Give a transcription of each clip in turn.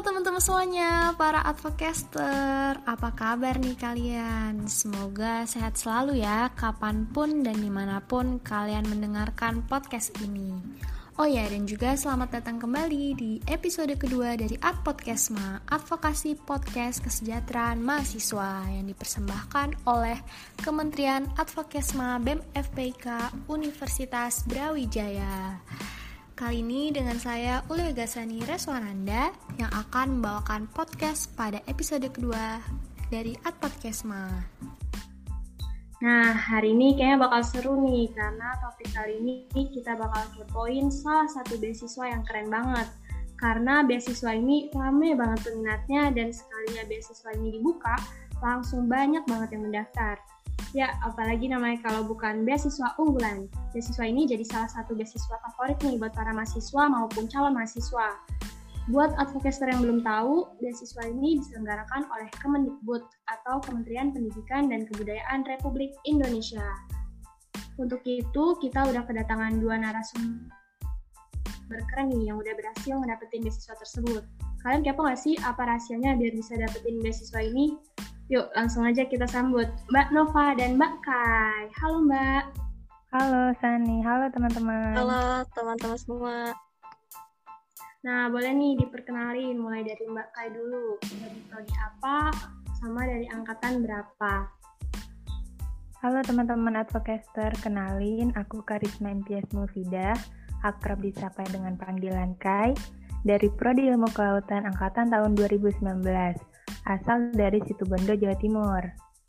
teman-teman semuanya, para advocaster, apa kabar nih kalian? Semoga sehat selalu ya, kapanpun dan dimanapun kalian mendengarkan podcast ini. Oh ya, dan juga selamat datang kembali di episode kedua dari Adpodcastma, advokasi podcast kesejahteraan mahasiswa yang dipersembahkan oleh Kementerian Advokasma BEM FPIK Universitas Brawijaya. Kali ini dengan saya Uli Gasani Reswananda yang akan membawakan podcast pada episode kedua dari Adpodcastma. Nah, hari ini kayaknya bakal seru nih karena topik kali ini kita bakal kepoin salah satu beasiswa yang keren banget. Karena beasiswa ini rame banget peminatnya dan sekalinya beasiswa ini dibuka, langsung banyak banget yang mendaftar. Ya, apalagi namanya kalau bukan beasiswa unggulan. Beasiswa ini jadi salah satu beasiswa favorit nih buat para mahasiswa maupun calon mahasiswa. Buat advocaster yang belum tahu, beasiswa ini diselenggarakan oleh Kemendikbud atau Kementerian Pendidikan dan Kebudayaan Republik Indonesia. Untuk itu, kita udah kedatangan 2 narasumber keren nih yang udah berhasil ngedapetin beasiswa tersebut. Kalian kepo nggak sih apa rahasianya biar bisa dapetin beasiswa ini? Yuk, langsung aja kita sambut Mbak Nova dan Mbak Kai. Halo Mbak. Halo Sani, halo teman-teman. Halo teman-teman semua. Nah, boleh nih diperkenalin mulai dari Mbak Kai dulu. Dari prodi apa, sama dari angkatan berapa? Halo teman-teman advocaster, kenalin aku Karisma Imtiaz Mufidah, akrab disapa dengan panggilan Kai, dari Prodi Ilmu Kelautan angkatan tahun 2019. Asal dari Situbondo, Jawa Timur.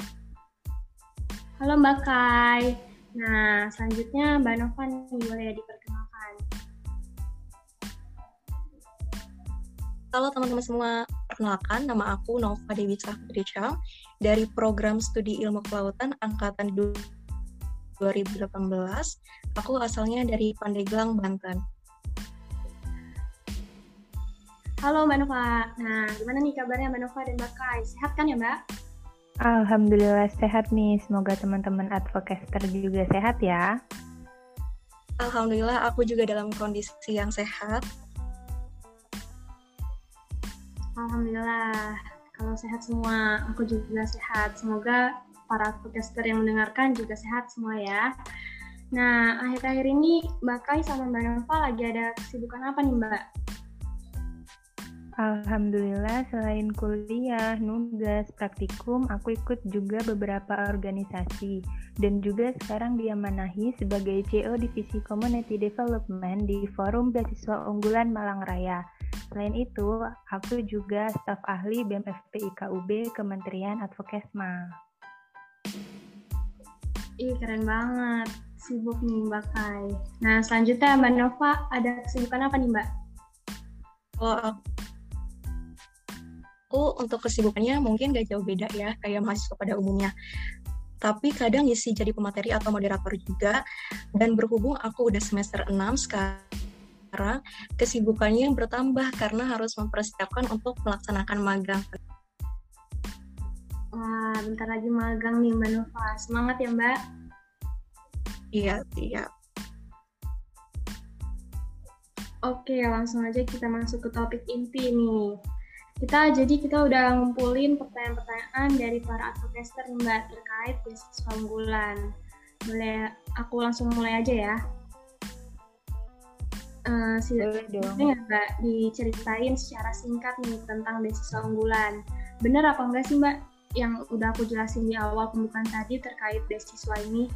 Halo Mbak Kai. Nah, selanjutnya Mbak Nova nih, boleh diperkenalkan. Halo teman-teman semua, perkenalkan nama aku Nova Dewi Cahrica dari Program Studi Ilmu Kelautan angkatan 2018. Aku asalnya dari Pandeglang, Banten. Halo Mbak Nova. Nah, gimana nih kabarnya Mbak Nova dan Mbak Kai? Sehat kan ya Mbak? Alhamdulillah sehat nih, semoga teman-teman advocaster juga sehat ya. Alhamdulillah aku juga dalam kondisi yang sehat. Alhamdulillah, kalau sehat semua, aku juga sehat. Semoga para advocaster yang mendengarkan juga sehat semua ya. Nah, akhir-akhir ini Mbak Kai sama Mbak Nova lagi ada kesibukan apa nih Mbak? Alhamdulillah selain kuliah, nugas, praktikum, aku ikut juga beberapa organisasi dan juga sekarang diamanahi sebagai CO Divisi Community Development di Forum Beasiswa Unggulan Malang Raya. Selain itu, aku juga staf ahli BEM FPIK UB Kementerian Advokasma. Ih, keren banget. Sibuk nih Mbak Kai. Nah, selanjutnya Mbak Nova ada kesibukan apa nih Mbak? Kalau aku untuk kesibukannya mungkin gak jauh beda ya, kayak mahasiswa pada umumnya. Tapi kadang isi jadi pemateri atau moderator juga. Dan berhubung aku udah semester 6 sekarang, kesibukannya bertambah karena harus mempersiapkan untuk melaksanakan magang. Wah, bentar lagi magang nih Mbak Nova. Semangat ya Mbak. Iya. Oke, langsung aja kita masuk ke topik inti nih. Kita udah ngumpulin pertanyaan-pertanyaan dari para advocaster nih Mbak terkait beasiswa unggulan. Boleh aku langsung mulai aja ya? Boleh dong. Ya, Mbak, diceritain secara singkat nih tentang beasiswa unggulan. Bener apa enggak sih Mbak yang udah aku jelasin di awal pembukaan tadi terkait beasiswa ini?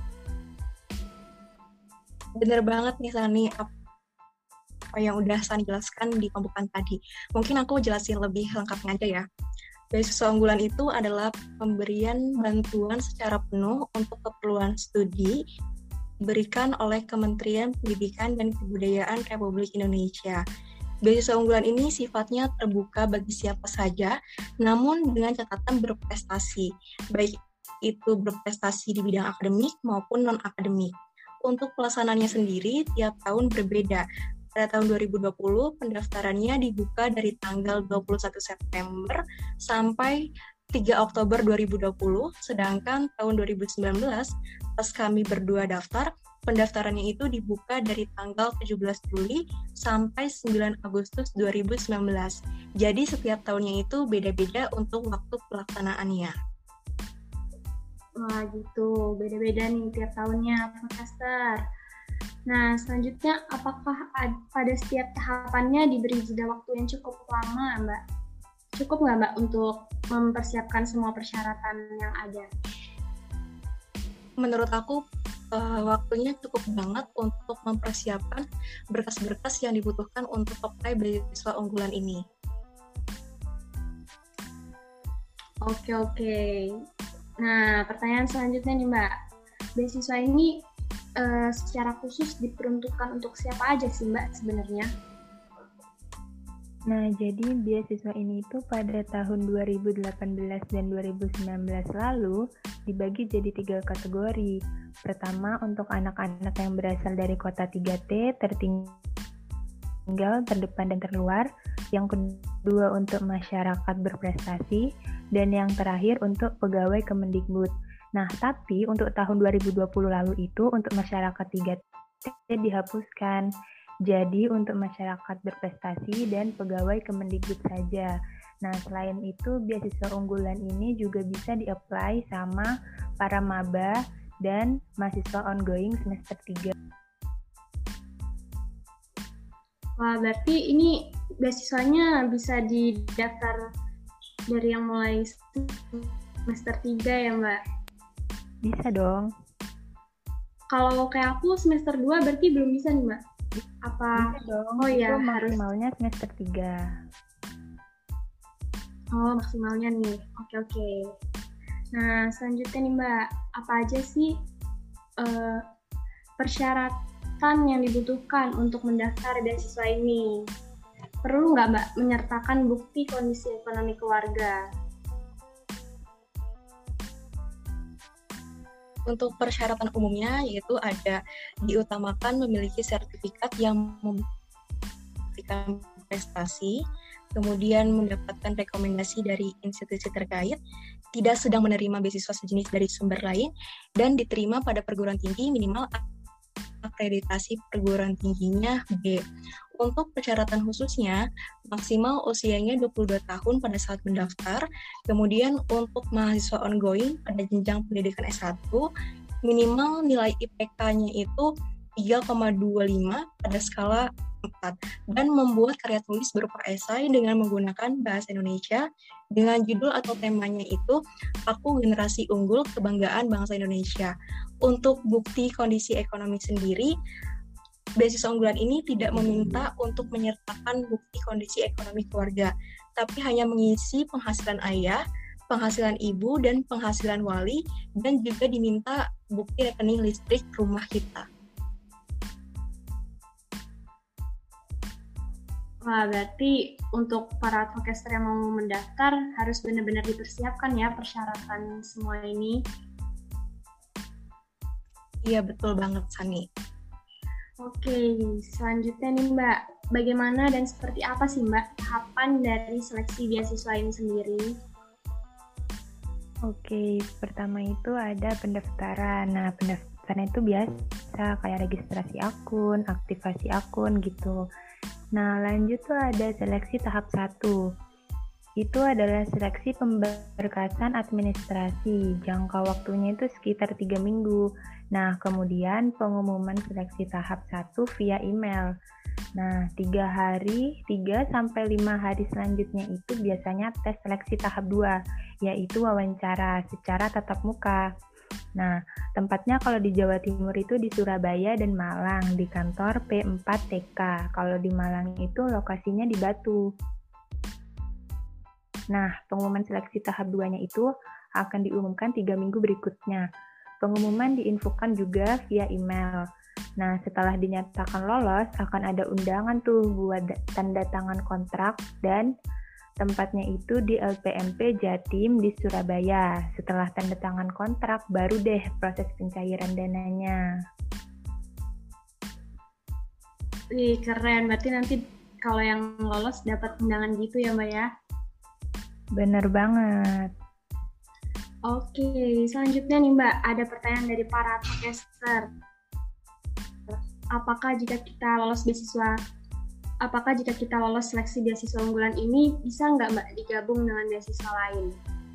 Bener banget nih Sani, apa yang udah Sani jelaskan di pembukaan tadi. Mungkin aku jelasin lebih lengkapnya aja ya. Beasiswa unggulan itu adalah pemberian bantuan secara penuh untuk keperluan studi diberikan oleh Kementerian Pendidikan dan Kebudayaan Republik Indonesia. Beasiswa unggulan ini sifatnya terbuka bagi siapa saja, namun dengan catatan berprestasi, baik itu berprestasi di bidang akademik maupun non-akademik. Untuk pelaksanaannya sendiri, tiap tahun berbeda. Pada tahun 2020, pendaftarannya dibuka dari tanggal 21 September sampai 3 Oktober 2020, sedangkan tahun 2019, pas kami berdua daftar, pendaftarannya itu dibuka dari tanggal 17 Juli sampai 9 Agustus 2019. Jadi setiap tahunnya itu beda-beda untuk waktu pelaksanaannya. Wah gitu, beda-beda nih tiap tahunnya podcaster. Nah, selanjutnya apakah pada setiap tahapannya diberi jeda waktu yang cukup lama, Mbak? Cukup nggak, Mbak, untuk mempersiapkan semua persyaratan yang ada? Menurut aku, waktunya cukup banget untuk mempersiapkan berkas-berkas yang dibutuhkan untuk apply beasiswa unggulan ini. Oke. Nah, pertanyaan selanjutnya nih, Mbak. Beasiswa ini secara khusus diperuntukkan untuk siapa aja sih, Mbak, sebenarnya? Nah, jadi beasiswa ini itu pada tahun 2018 dan 2019 lalu dibagi jadi 3 kategori. Pertama, untuk anak-anak yang berasal dari kota 3T, tertinggal, terdepan, dan terluar. Yang kedua, untuk masyarakat berprestasi. Dan yang terakhir, untuk pegawai Kemendikbud. Nah, tapi untuk tahun 2020 lalu itu untuk masyarakat 3T dihapuskan. Jadi untuk masyarakat berprestasi dan pegawai Kemendikbud saja. Nah, selain itu beasiswa unggulan ini juga bisa di-apply sama para maba dan mahasiswa ongoing semester 3. Wah, berarti ini beasiswanya bisa didaftar dari yang mulai semester 3 ya, Mbak? Bisa dong. Kalau kayak aku semester 2 berarti belum bisa nih, Mbak? Apa? Bisa dong. Oh itu ya, maksimalnya semester 3. Oh, maksimalnya nih. Oke. Nah, selanjutnya nih, Mbak. Apa aja sih persyaratan yang dibutuhkan untuk mendaftar beasiswa ini? Perlu nggak, Mbak, menyertakan bukti kondisi ekonomi keluarga? Untuk persyaratan umumnya yaitu ada diutamakan memiliki sertifikat yang membuktikan prestasi, kemudian mendapatkan rekomendasi dari institusi terkait, tidak sedang menerima beasiswa sejenis dari sumber lain, dan diterima pada perguruan tinggi minimal akreditasi perguruan tingginya B. Untuk persyaratan khususnya, maksimal usianya 22 tahun pada saat mendaftar, kemudian untuk mahasiswa ongoing pada jenjang pendidikan S1, minimal nilai IPK-nya itu 3,25 pada skala 4, dan membuat karya tulis berupa esai dengan menggunakan bahasa Indonesia dengan judul atau temanya itu Aku Generasi Unggul Kebanggaan Bangsa Indonesia. Untuk bukti kondisi ekonomi sendiri, beasiswa unggulan ini tidak meminta untuk menyertakan bukti kondisi ekonomi keluarga, tapi hanya mengisi penghasilan ayah, penghasilan ibu, dan penghasilan wali, dan juga diminta bukti rekening listrik rumah kita. Wah, berarti untuk para advocaster yang mau mendaftar harus benar-benar dipersiapkan ya persyaratan semua ini. Iya, betul banget, Sani. Oke, selanjutnya nih Mbak, bagaimana dan seperti apa sih Mbak tahapan dari seleksi beasiswa ini sendiri? Oke, pertama itu ada pendaftaran. Nah, pendaftaran itu biasa kayak registrasi akun, aktivasi akun gitu. Nah, lanjut tuh ada seleksi tahap 1. Itu adalah seleksi pemberkasan administrasi. Jangka waktunya itu sekitar 3 minggu. Nah, kemudian pengumuman seleksi tahap 1 via email. Nah, 3-5 hari selanjutnya itu biasanya tes seleksi tahap 2, yaitu wawancara secara tatap muka. Nah, tempatnya kalau di Jawa Timur itu di Surabaya dan Malang, di kantor P4TK. Kalau di Malang itu lokasinya di Batu. Nah, pengumuman seleksi tahap 2-nya itu akan diumumkan 3 minggu berikutnya. Pengumuman diinfokan juga via email. Nah, setelah dinyatakan lolos, akan ada undangan tuh buat tanda tangan kontrak, dan tempatnya itu di LPMP Jatim di Surabaya. Setelah tanda tangan kontrak, baru deh proses pencairan dananya. Wih, keren. Berarti nanti kalau yang lolos dapat undangan gitu ya Mbak ya? Bener banget. Oke, selanjutnya nih Mbak, ada pertanyaan dari para podcaster. apakah jika kita lolos seleksi beasiswa unggulan ini bisa nggak Mbak digabung dengan beasiswa lain?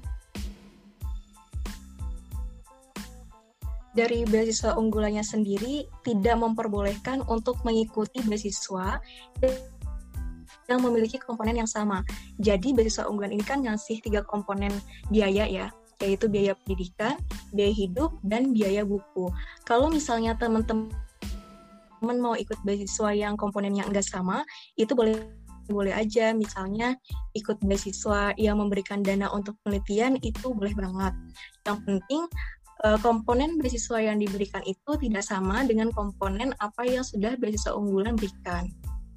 Dari beasiswa unggulannya sendiri tidak memperbolehkan untuk mengikuti beasiswa yang memiliki komponen yang sama. Jadi beasiswa unggulan ini kan ngasih 3 komponen biaya ya, yaitu biaya pendidikan, biaya hidup, dan biaya buku. Kalau misalnya teman-teman mau ikut beasiswa yang komponennya enggak sama, itu boleh aja. Misalnya ikut beasiswa yang memberikan dana untuk penelitian, itu boleh banget. Yang penting komponen beasiswa yang diberikan itu tidak sama dengan komponen apa yang sudah beasiswa unggulan berikan.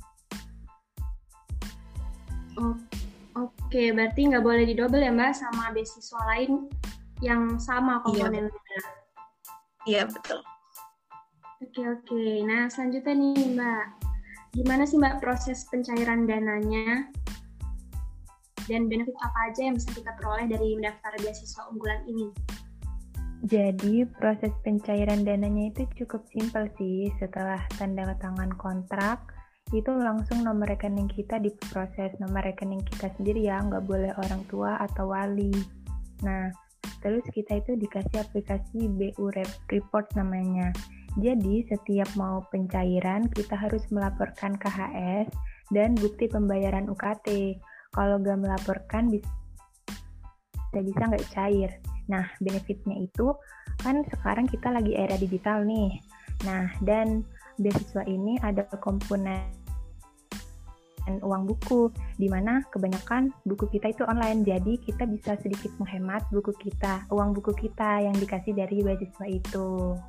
Oke, berarti nggak boleh didobel ya Mbak sama beasiswa lain yang sama komponennya. Iya, betul. Oke. Nah, selanjutnya nih Mbak, gimana sih Mbak proses pencairan dananya? Dan benefit apa aja yang bisa kita peroleh dari mendaftar beasiswa unggulan ini? Jadi proses pencairan dananya itu cukup simpel sih. Setelah tanda tangan kontrak, itu langsung nomor rekening kita diproses. Nomor rekening kita sendiri ya, nggak boleh orang tua atau wali. Nah, terus kita itu dikasih aplikasi BU Report namanya. Jadi setiap mau pencairan, kita harus melaporkan KHS dan bukti pembayaran UKT. Kalau nggak melaporkan, bisa nggak cair. Nah, benefitnya itu kan sekarang kita lagi era digital nih. Nah, dan beasiswa ini ada komponen uang buku, di mana kebanyakan buku kita itu online. Jadi kita bisa sedikit menghemat uang buku kita yang dikasih dari beasiswa itu.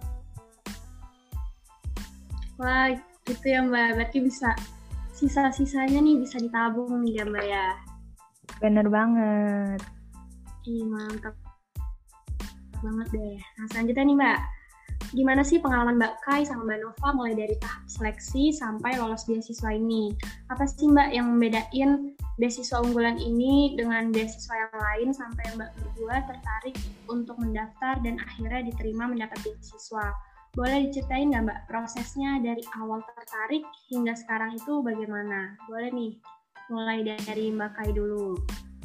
Wah, gitu ya Mbak. Berarti bisa sisa-sisanya nih bisa ditabung nih ya Mbak ya. Bener banget. Mantap banget deh. Nah, selanjutnya nih Mbak, gimana sih pengalaman Mbak Kai sama Mbak Nova mulai dari tahap seleksi sampai lolos beasiswa ini? Apa sih Mbak yang membedain beasiswa unggulan ini dengan beasiswa yang lain sampai Mbak berdua tertarik untuk mendaftar dan akhirnya diterima mendapat beasiswa? Boleh diceritain nggak Mbak prosesnya dari awal tertarik hingga sekarang itu bagaimana? Boleh nih, mulai dari Mbak Kai dulu.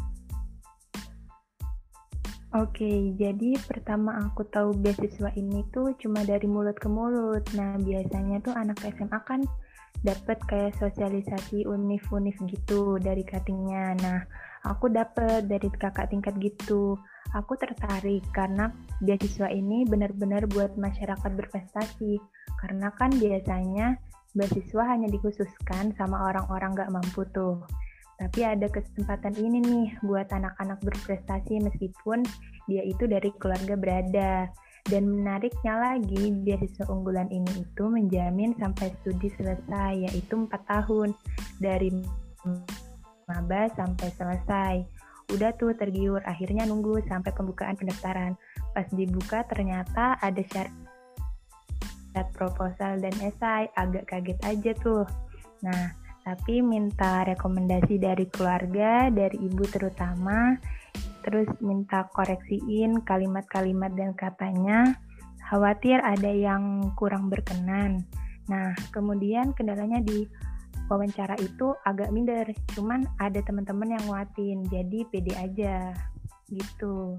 Oke, jadi pertama aku tahu beasiswa ini tuh cuma dari mulut ke mulut. Nah, biasanya tuh anak SMA kan dapat kayak sosialisasi univ-univ gitu dari cuttingnya. Nah, aku dapat dari kakak tingkat gitu. Aku tertarik karena beasiswa ini benar-benar buat masyarakat berprestasi. Karena kan biasanya beasiswa hanya dikhususkan sama orang-orang nggak mampu tuh. Tapi ada kesempatan ini nih buat anak-anak berprestasi meskipun dia itu dari keluarga berada. Dan menariknya lagi, beasiswa unggulan ini itu menjamin sampai studi selesai, yaitu 4 tahun. Dari maba sampai selesai. Udah tuh tergiur, akhirnya nunggu sampai pembukaan pendaftaran. Pas dibuka ternyata ada syarat proposal dan esai, agak kaget aja tuh. Nah, tapi minta rekomendasi dari keluarga, dari ibu terutama, terus minta koreksiin kalimat-kalimat dan katanya, khawatir ada yang kurang berkenan. Nah, kemudian kendalanya di wawancara itu agak minder, cuman ada teman-teman yang nguatin, jadi pede aja, gitu.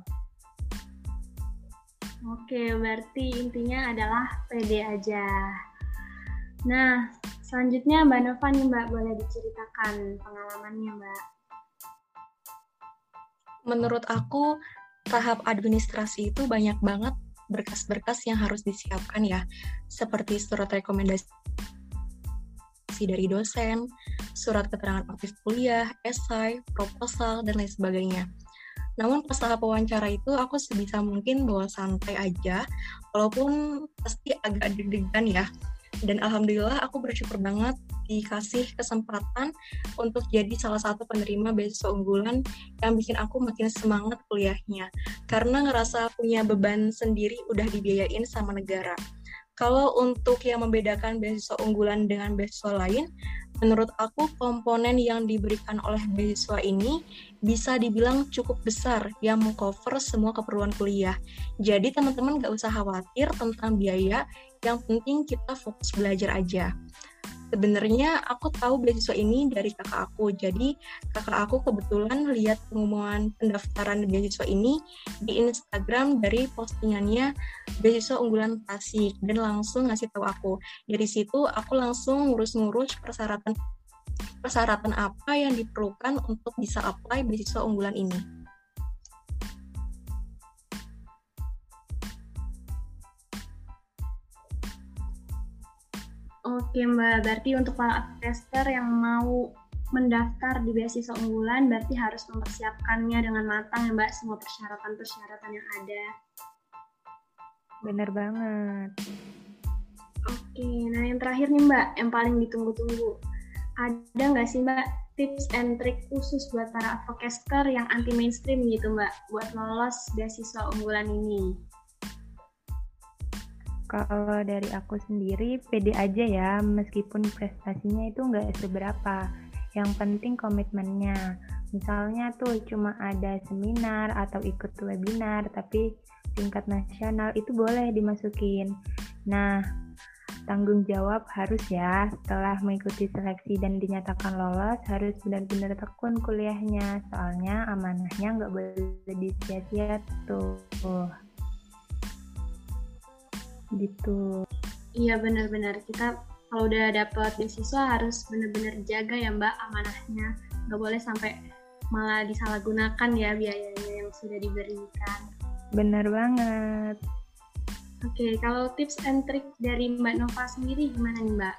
Oke, berarti intinya adalah pede aja. Nah, selanjutnya Mbak Nova nih Mbak, boleh diceritakan pengalamannya Mbak. Menurut aku, tahap administrasi itu banyak banget berkas-berkas yang harus disiapkan ya, seperti surat rekomendasi dari dosen, surat keterangan aktif kuliah, esai, proposal, dan lain sebagainya. Namun pas tahap wawancara itu aku sebisa mungkin bawa santai aja, walaupun pasti agak deg-degan ya. Dan alhamdulillah aku bersyukur banget dikasih kesempatan untuk jadi salah satu penerima beasiswa unggulan yang bikin aku makin semangat kuliahnya. Karena ngerasa punya beban sendiri udah dibiayain sama negara. Kalau untuk yang membedakan beasiswa unggulan dengan beasiswa lain, menurut aku komponen yang diberikan oleh beasiswa ini bisa dibilang cukup besar yang mengcover semua keperluan kuliah. Jadi teman-teman gak usah khawatir tentang biaya Yang penting kita fokus belajar aja. Sebenarnya aku tahu beasiswa ini dari kakak aku. Jadi kakak aku kebetulan lihat pengumuman pendaftaran beasiswa ini di Instagram dari postingannya beasiswa unggulan Tasik dan langsung ngasih tahu aku. Dari situ aku langsung ngurus-ngurus persyaratan apa yang diperlukan untuk bisa apply beasiswa unggulan ini. Oke Mbak, berarti untuk para advocaster yang mau mendaftar di beasiswa unggulan berarti harus mempersiapkannya dengan matang ya Mbak, semua persyaratan-persyaratan yang ada. Bener banget. Oke, nah yang terakhir nih Mbak, yang paling ditunggu-tunggu. Ada nggak sih Mbak tips and trick khusus buat para advocaster yang anti mainstream gitu Mbak, buat lolos beasiswa unggulan ini? Kalau dari aku sendiri, pede aja ya, meskipun prestasinya itu nggak seberapa. Yang penting komitmennya. Misalnya tuh cuma ada seminar atau ikut webinar, tapi tingkat nasional itu boleh dimasukin. Nah, tanggung jawab harus ya, setelah mengikuti seleksi dan dinyatakan lolos, harus benar-benar tekun kuliahnya, soalnya amanahnya nggak boleh disia-sia tuh. Gitu. Iya benar-benar, kita kalau udah dapat beasiswa harus benar-benar jaga ya Mbak amanahnya, nggak boleh sampai malah disalahgunakan ya biayanya yang sudah diberikan. Benar banget. Oke, kalau tips and trick dari Mbak Nova sendiri gimana nih Mbak?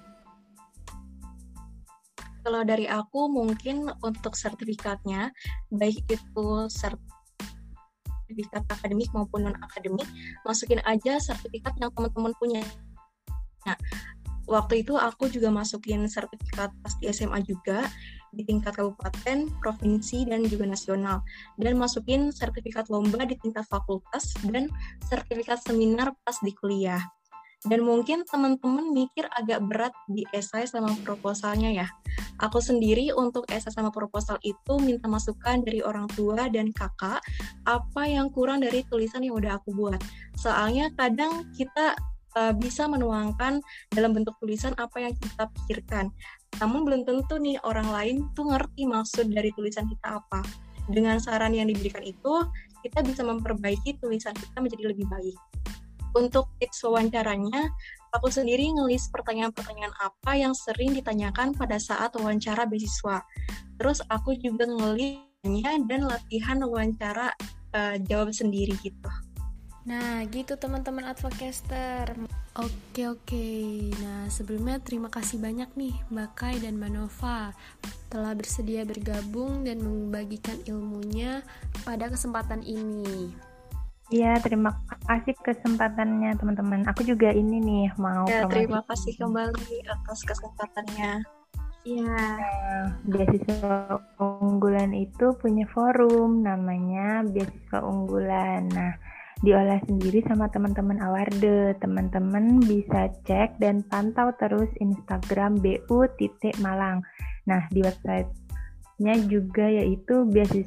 Kalau dari aku mungkin untuk sertifikatnya, baik itu sertifikat akademik maupun non-akademik, masukin aja sertifikat yang teman-teman punya. Nah, waktu itu aku juga masukin sertifikat pas di SMA juga, di tingkat kabupaten, provinsi, dan juga nasional. Dan masukin sertifikat lomba di tingkat fakultas dan sertifikat seminar pas di kuliah. Dan mungkin teman-teman mikir agak berat di esai sama proposalnya ya. Aku sendiri untuk esai sama proposal itu minta masukan dari orang tua dan kakak apa yang kurang dari tulisan yang udah aku buat. Soalnya kadang kita bisa menuangkan dalam bentuk tulisan apa yang kita pikirkan. Namun belum tentu nih orang lain tuh ngerti maksud dari tulisan kita apa. Dengan saran yang diberikan itu, kita bisa memperbaiki tulisan kita menjadi lebih baik. Untuk tips wawancaranya, aku sendiri ngelis pertanyaan-pertanyaan apa yang sering ditanyakan pada saat wawancara beasiswa. Terus aku juga ngelisnya dan latihan wawancara jawab sendiri gitu. Nah, gitu teman-teman advocaster. Oke. Nah, sebelumnya terima kasih banyak nih Mbak Kai dan Mbak Nova telah bersedia bergabung dan membagikan ilmunya pada kesempatan ini. Iya, terima kasih kesempatannya teman-teman. Aku juga ini nih mau promosi. Terima kasih kembali atas kesempatannya. Iya. Beasiswa unggulan itu punya forum namanya Beasiswa Unggulan. Nah, diolah sendiri sama teman-teman Awarde. Teman-teman bisa cek dan pantau terus Instagram bu.malang. Nah, di website-nya juga yaitu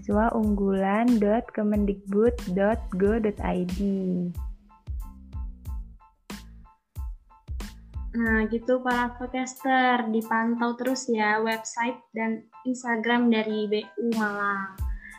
beasiswaunggulan.kemendikbud.go.id. Nah, gitu para advocaster, dipantau terus ya website dan Instagram dari BU Malang.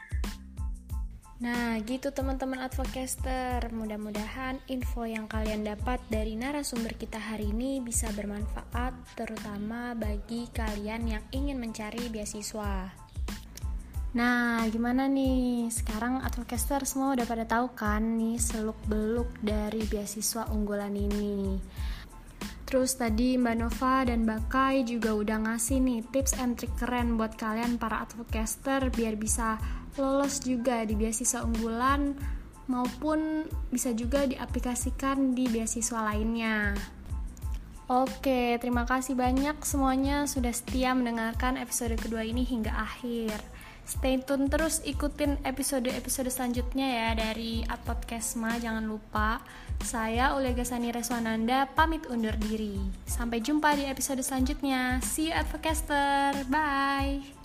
Nah, gitu teman-teman advocaster. Mudah-mudahan info yang kalian dapat dari narasumber kita hari ini bisa bermanfaat, terutama bagi kalian yang ingin mencari beasiswa. Nah, gimana nih? Sekarang advocaster semua udah pada tahu kan nih seluk-beluk dari beasiswa unggulan ini. Terus tadi Mbak Nova dan Mbak Kai juga udah ngasih nih tips and trick keren buat kalian para advocaster biar bisa lolos juga di beasiswa unggulan maupun bisa juga diaplikasikan di beasiswa lainnya. Oke, terima kasih banyak semuanya sudah setia mendengarkan episode kedua ini hingga akhir. Stay tune terus, ikutin episode-episode selanjutnya ya dari Adpodcastma, jangan lupa. Saya Ulia Gasani Reswananda pamit undur diri. Sampai jumpa di episode selanjutnya. See you Advocaster. Bye.